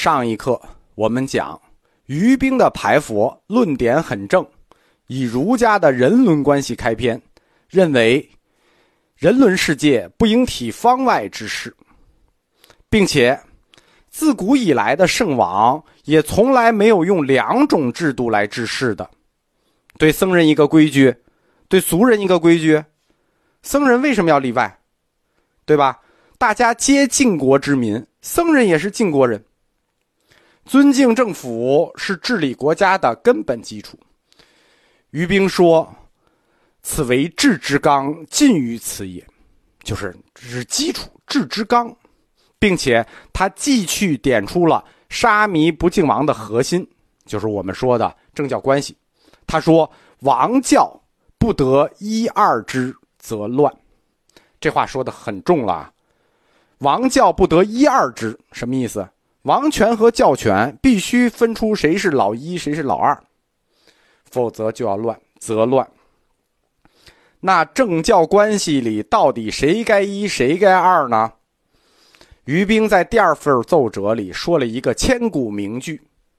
上一课我们讲于冰的排佛论点很正，以儒家的人伦关系开篇，认为人伦世界不应体方外之事，并且自古以来的圣王也从来没有用两种制度来治世的，对僧人一个规矩，对俗人一个规矩，僧人为什么要例外？对吧？大家皆晋国之民，僧人也是晋国人。尊敬政府是治理国家的根本基础。于冰说，此为治之纲，尽于此也，就是这是基础，治之纲，并且他继续点出了沙弥不敬王的核心，就是我们说的政教关系。他说，王教不得一二之则乱。这话说得很重了啊。王教不得一二之，什么意思？王权和教权必须分出谁是老一，谁是老二，否则就要乱，则乱。那政教关系里到底谁该一，谁该二呢？于冰在第二份奏折里说了一个千古名句：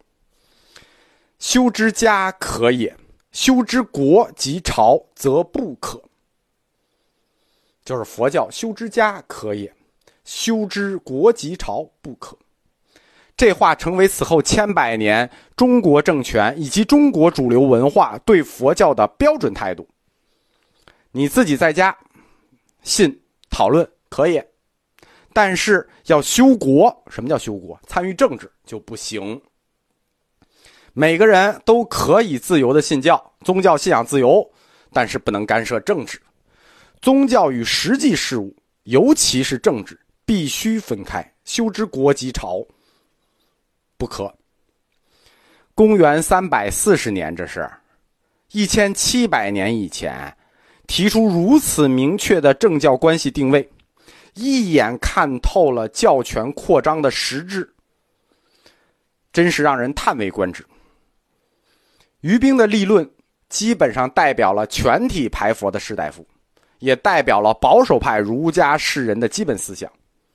修之家可也，修之国及朝则不可。就是佛教修之家可也，修之国及朝不可。这话成为此后千百年中国政权以及中国主流文化对佛教的标准态度。你自己在家信讨论可以，但是要修国，什么叫修国？参与政治就不行。每个人都可以自由的信教，宗教信仰自由，但是不能干涉政治。宗教与实际事务，尤其是政治，必须分开，修之国及朝不可。公元340年，这是1700年以前提出如此明确的政教关系定位，一眼看透了教权扩张的实质，真是让人叹为观止。于冰的立论基本上代表了全体排佛的士大夫，也代表了保守派儒家士人的基本思想。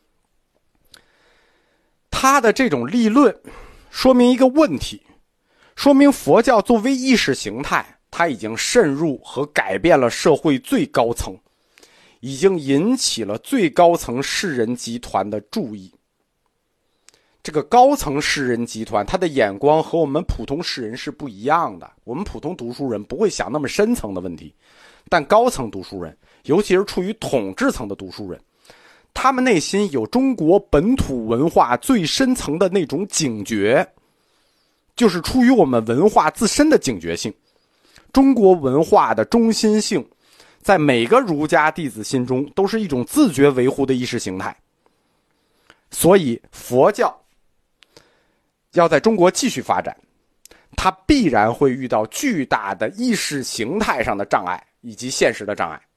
他的这种立论说明一个问题，说明佛教作为意识形态，它已经渗入和改变了社会最高层，已经引起了最高层士人集团的注意。这个高层士人集团，他的眼光和我们普通士人是不一样的。我们普通读书人不会想那么深层的问题，但高层读书人，尤其是处于统治层的读书人，他们内心有中国本土文化最深层的那种警觉，就是出于我们文化自身的警觉性。中国文化的中心性，在每个儒家弟子心中都是一种自觉维护的意识形态。所以佛教要在中国继续发展，它必然会遇到巨大的意识形态上的障碍以及现实的障碍。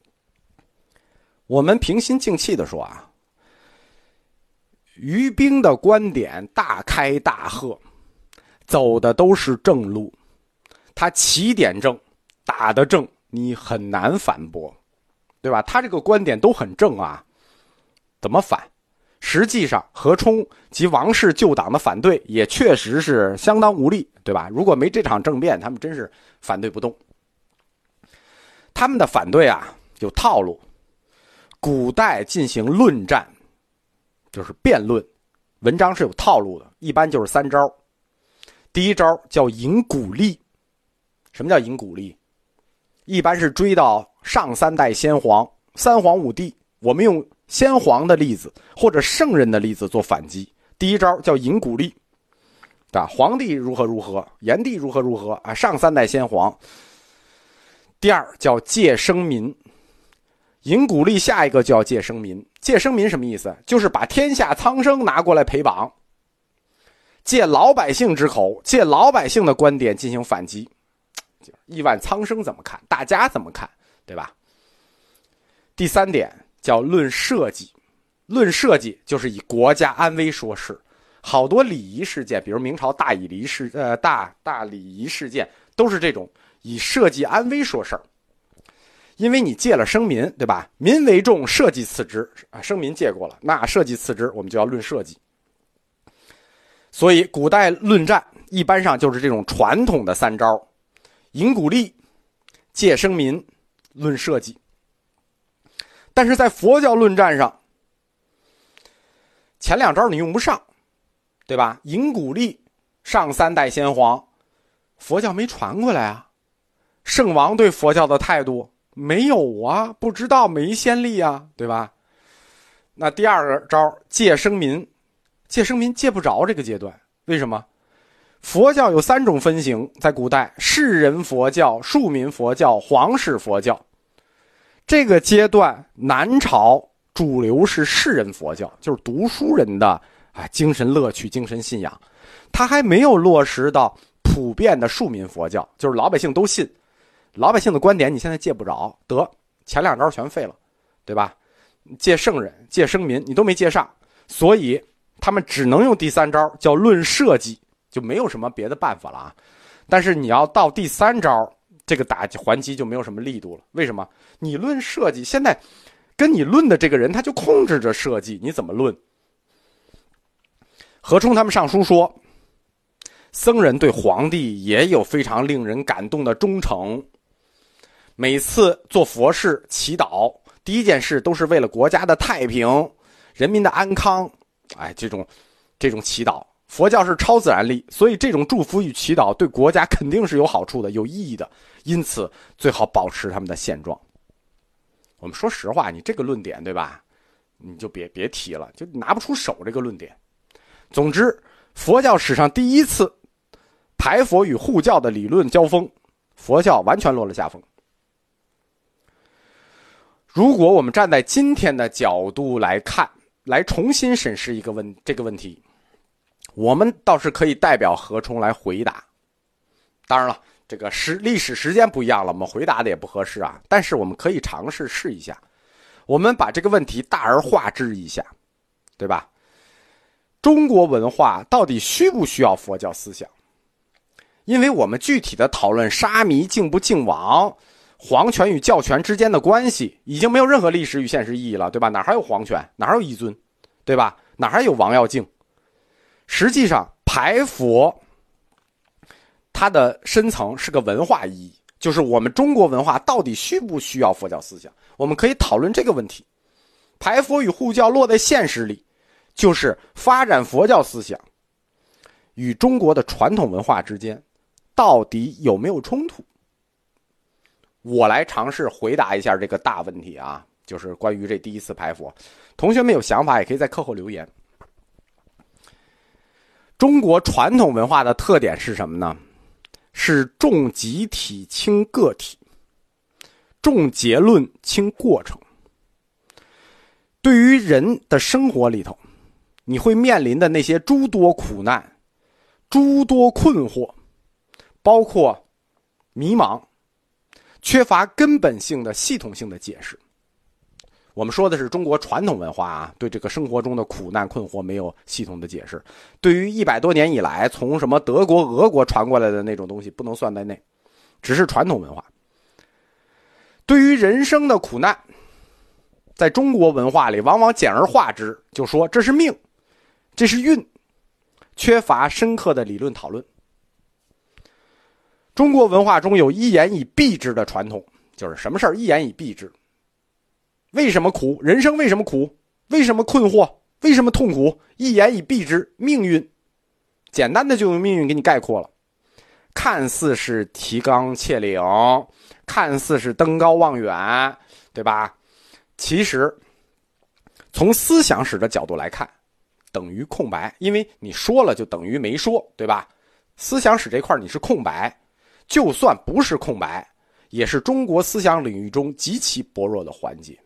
我们平心静气地说啊，于冰的观点大开大合，走的都是正路，他起点正，打得正，你很难反驳，对吧？他这个观点都很正啊，怎么反？实际上何冲及王氏旧党的反对也确实是相当无力，对吧？如果没这场政变，他们真是反对不动。他们的反对啊有套路，古代进行论战就是辩论，文章是有套路的，一般就是3招。第一招叫引古例。什么叫引古例？一般是追到上3代先皇，三皇五帝，我们用先皇的例子或者圣人的例子做反击。第一招叫引古例，皇帝如何如何，炎帝如何如何啊，上3代先皇。第二叫借生民。引古例下一个就要借生民。借生民什么意思？就是把天下苍生拿过来陪绑，借老百姓之口，借老百姓的观点进行反击。亿万苍生怎么看，大家怎么看，对吧？第三点叫论社稷。论社稷就是以国家安危说事，好多礼仪事件，比如明朝大礼仪事件，都是这种以社稷安危说事儿。因为你借了生民，对吧？民为重，社稷次之啊，生民借过了，那社稷次之，我们就要论社稷。 所以古代论战一般上就是这种传统的3招：引鼓励、借生民、论社稷。但是在佛教论战上，前2招你用不上，对吧？引鼓励，上3代先皇，佛教没传过来啊。圣王对佛教的态度没有啊，不知道，没先例啊，对吧？那第2个招借生民，借生民借不着这个阶段，为什么？佛教有3种分型，在古代：士人佛教、庶民佛教、皇室佛教。这个阶段，南朝主流是士人佛教，就是读书人的精神乐趣、精神信仰，它还没有落实到普遍的庶民佛教，就是老百姓都信，老百姓的观点你现在借不着，得前2招全废了，对吧？借圣人、借生民你都没借上，所以他们只能用第3招，叫论社稷，就没有什么别的办法了啊。但是你要到第3招，这个打还击就没有什么力度了。为什么？你论社稷，现在跟你论的这个人他就控制着社稷，你怎么论？何冲他们上书说，僧人对皇帝也有非常令人感动的忠诚，每次做佛事祈祷，第一件事都是为了国家的太平、人民的安康。这种祈祷，佛教是超自然力，所以这种祝福与祈祷对国家肯定是有好处的、有意义的，因此最好保持他们的现状。我们说实话，你这个论点，对吧？你就别提了，就拿不出手这个论点。总之，佛教史上第一次排佛与护教的理论交锋，佛教完全落了下风。如果我们站在今天的角度来看，来重新审视这个问题，我们倒是可以代表何冲来回答。当然了，这个历史时间不一样了，我们回答的也不合适啊。但是我们可以尝试试一下，我们把这个问题大而化之一下，对吧？中国文化到底需不需要佛教思想？因为我们具体的讨论沙弥敬不敬王、皇权与教权之间的关系，已经没有任何历史与现实意义了，对吧？哪还有皇权？哪还有一尊？对吧？哪还有王要敬？实际上，排佛它的深层是个文化意义，就是我们中国文化到底需不需要佛教思想？我们可以讨论这个问题。排佛与护教落在现实里，就是发展佛教思想与中国的传统文化之间到底有没有冲突？我来尝试回答一下这个大问题啊，就是关于这第一次排佛。同学们有想法也可以在课后留言。中国传统文化的特点是什么呢？是重集体轻个体，重结论轻过程。对于人的生活里头，你会面临的那些诸多苦难、诸多困惑，包括迷茫，缺乏根本性的系统性的解释。我们说的是中国传统文化啊，对这个生活中的苦难困惑没有系统的解释。对于100多年以来从什么德国、俄国传过来的那种东西不能算在内，只是传统文化。对于人生的苦难，在中国文化里往往简而化之，就说这是命，这是运，缺乏深刻的理论讨论。中国文化中有一言以蔽之的传统，就是什么事儿一言以蔽之。为什么苦？人生为什么苦？为什么困惑？为什么痛苦？一言以蔽之，命运。简单的就用命运给你概括了。看似是提纲挈领，看似是登高望远，对吧？其实从思想史的角度来看，等于空白，因为你说了就等于没说，对吧？思想史这块你是空白，就算不是空白，也是中国思想领域中极其薄弱的环节。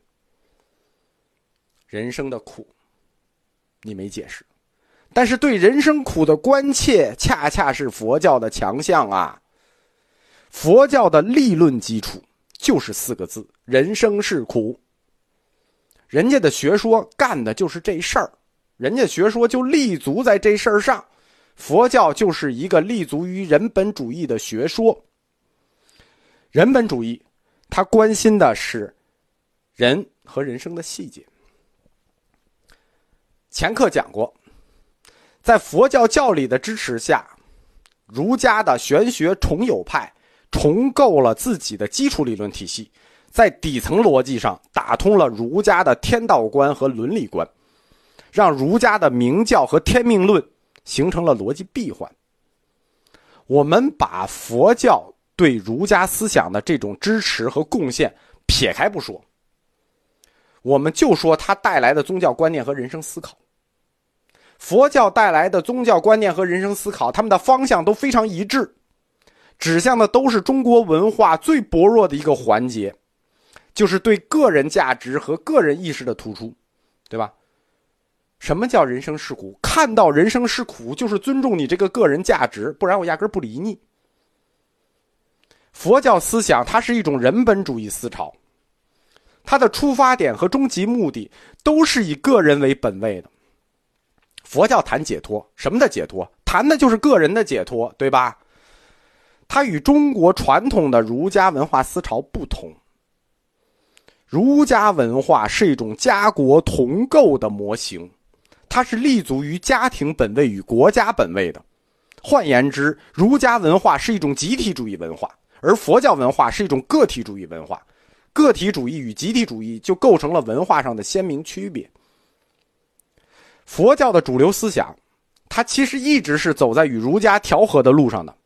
人生的苦你没解释，但是对人生苦的关切恰恰是佛教的强项啊。佛教的立论基础就是4个字：人生是苦。人家的学说干的就是这事儿，人家学说就立足在这事儿上。佛教就是一个立足于人本主义的学说。人本主义他关心的是人和人生的细节。前课讲过， 在佛教教理的支持下，儒家的玄学重有派重构了自己的基础理论体系，在底层逻辑上打通了儒家的天道观和伦理观，让儒家的明教和天命论形成了逻辑闭环。我们把佛教对儒家思想的这种支持和贡献撇开不说，我们就说它带来的宗教观念和人生思考。佛教带来的宗教观念和人生思考，他们的方向都非常一致，指向的都是中国文化最薄弱的一个环节，就是对个人价值和个人意识的突出，对吧？什么叫人生是苦？看到人生是苦，就是尊重你这个个人价值，不然我压根不理你。佛教思想它是一种人本主义思潮，它的出发点和终极目的都是以个人为本位的。佛教谈解脱，什么的解脱？谈的就是个人的解脱，对吧？它与中国传统的儒家文化思潮不同。儒家文化是一种家国同构的模型，它是立足于家庭本位与国家本位的。换言之，儒家文化是一种集体主义文化，而佛教文化是一种个体主义文化。个体主义与集体主义就构成了文化上的鲜明区别。佛教的主流思想，它其实一直是走在与儒家调和的路上的，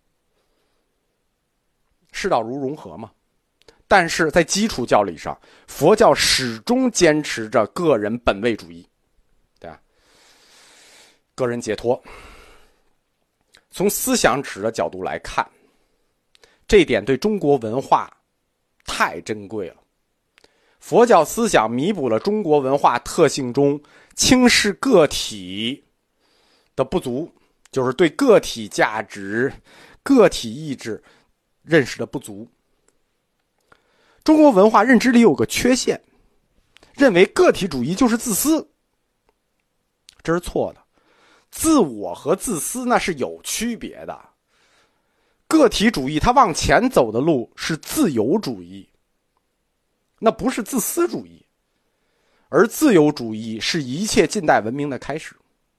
事道如融合嘛。但是在基础教理上，佛教始终坚持着个人本位主义，对吧？个人解脱。从思想史的角度来看，这一点对中国文化太珍贵了。佛教思想弥补了中国文化特性中轻视个体的不足，就是对个体价值、个体意志认识的不足。中国文化认知里有个缺陷，认为个体主义就是自私，这是错的。自我和自私那是有区别的。个体主义它往前走的路是自由主义，那不是自私主义，而自由主义是一切近代文明的开始。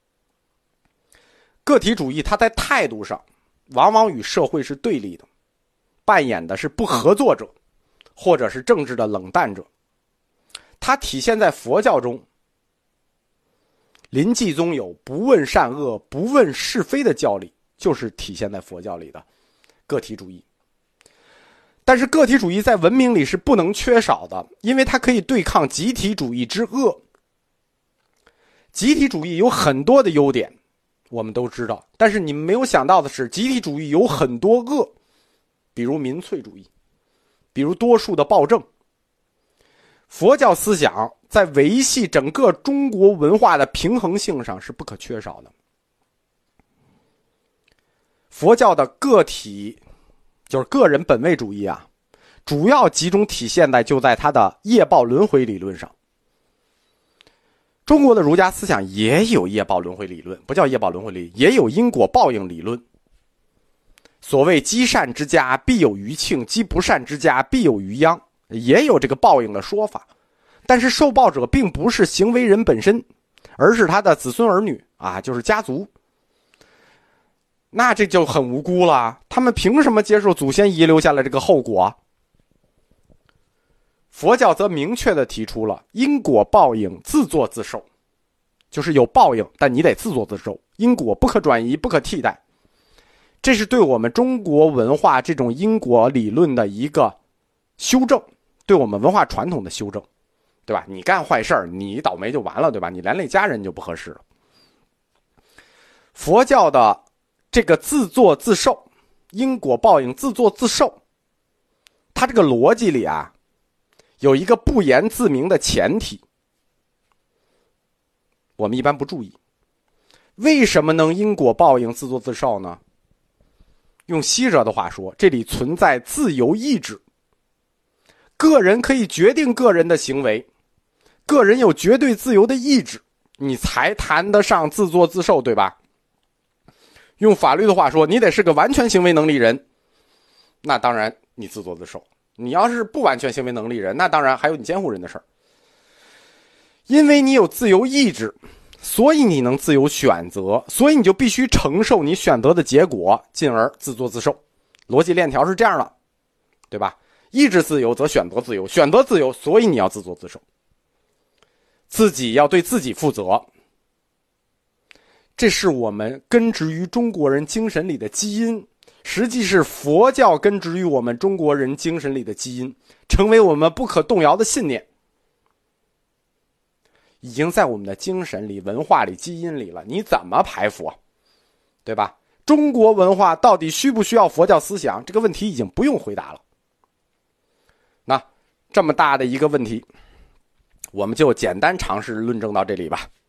个体主义它在态度上往往与社会是对立的，扮演的是不合作者或者是政治的冷淡者。它体现在佛教中，临济宗有不问善恶、不问是非的教理，就是体现在佛教里的个体主义。但是个体主义在文明里是不能缺少的，因为它可以对抗集体主义之恶。集体主义有很多的优点，我们都知道，但是你们没有想到的是，集体主义有很多恶，比如民粹主义，比如多数的暴政。佛教思想在维系整个中国文化的平衡性上是不可缺少的。佛教的个体就是个人本位主义啊，主要集中体现就在它的业报轮回理论上。中国的儒家思想也有业报轮回理论，不叫业报轮回理论，也有因果报应理论。所谓积善之家必有余庆，积不善之家必有余殃，也有这个报应的说法。但是受报者并不是行为人本身，而是他的子孙儿女啊，就是家族。那这就很无辜了，他们凭什么接受祖先遗留下来这个后果？佛教则明确地提出了因果报应自作自受，就是有报应，但你得自作自受，因果不可转移，不可替代。这是对我们中国文化这种因果理论的一个修正，对我们文化传统的修正，对吧？你干坏事你倒霉就完了，对吧？你连累家人就不合适了。佛教的这个自作自受，因果报应自作自受，它这个逻辑里啊，有一个不言自明的前提，我们一般不注意。为什么能因果报应自作自受呢？用西哲的话说，这里存在自由意志，个人可以决定个人的行为，个人有绝对自由的意志，你才谈得上自作自受，对吧？用法律的话说，你得是个完全行为能力人，那当然你自作自受。你要是不完全行为能力人，那当然还有你监护人的事儿。因为你有自由意志， 所以你能自由选择，所以你就必须承受你选择的结果，进而自作自受。逻辑链条是这样的，对吧？意志自由则选择自由，选择自由，所以你要自作自受，自己要对自己负责。这是我们根植于中国人精神里的基因，实际是佛教根植于我们中国人精神里的基因，成为我们不可动摇的信念，已经在我们的精神里、文化里、基因里了。你怎么排佛，对吧？中国文化到底需不需要佛教思想？这个问题已经不用回答了。那这么大的一个问题，我们就简单尝试论证到这里吧。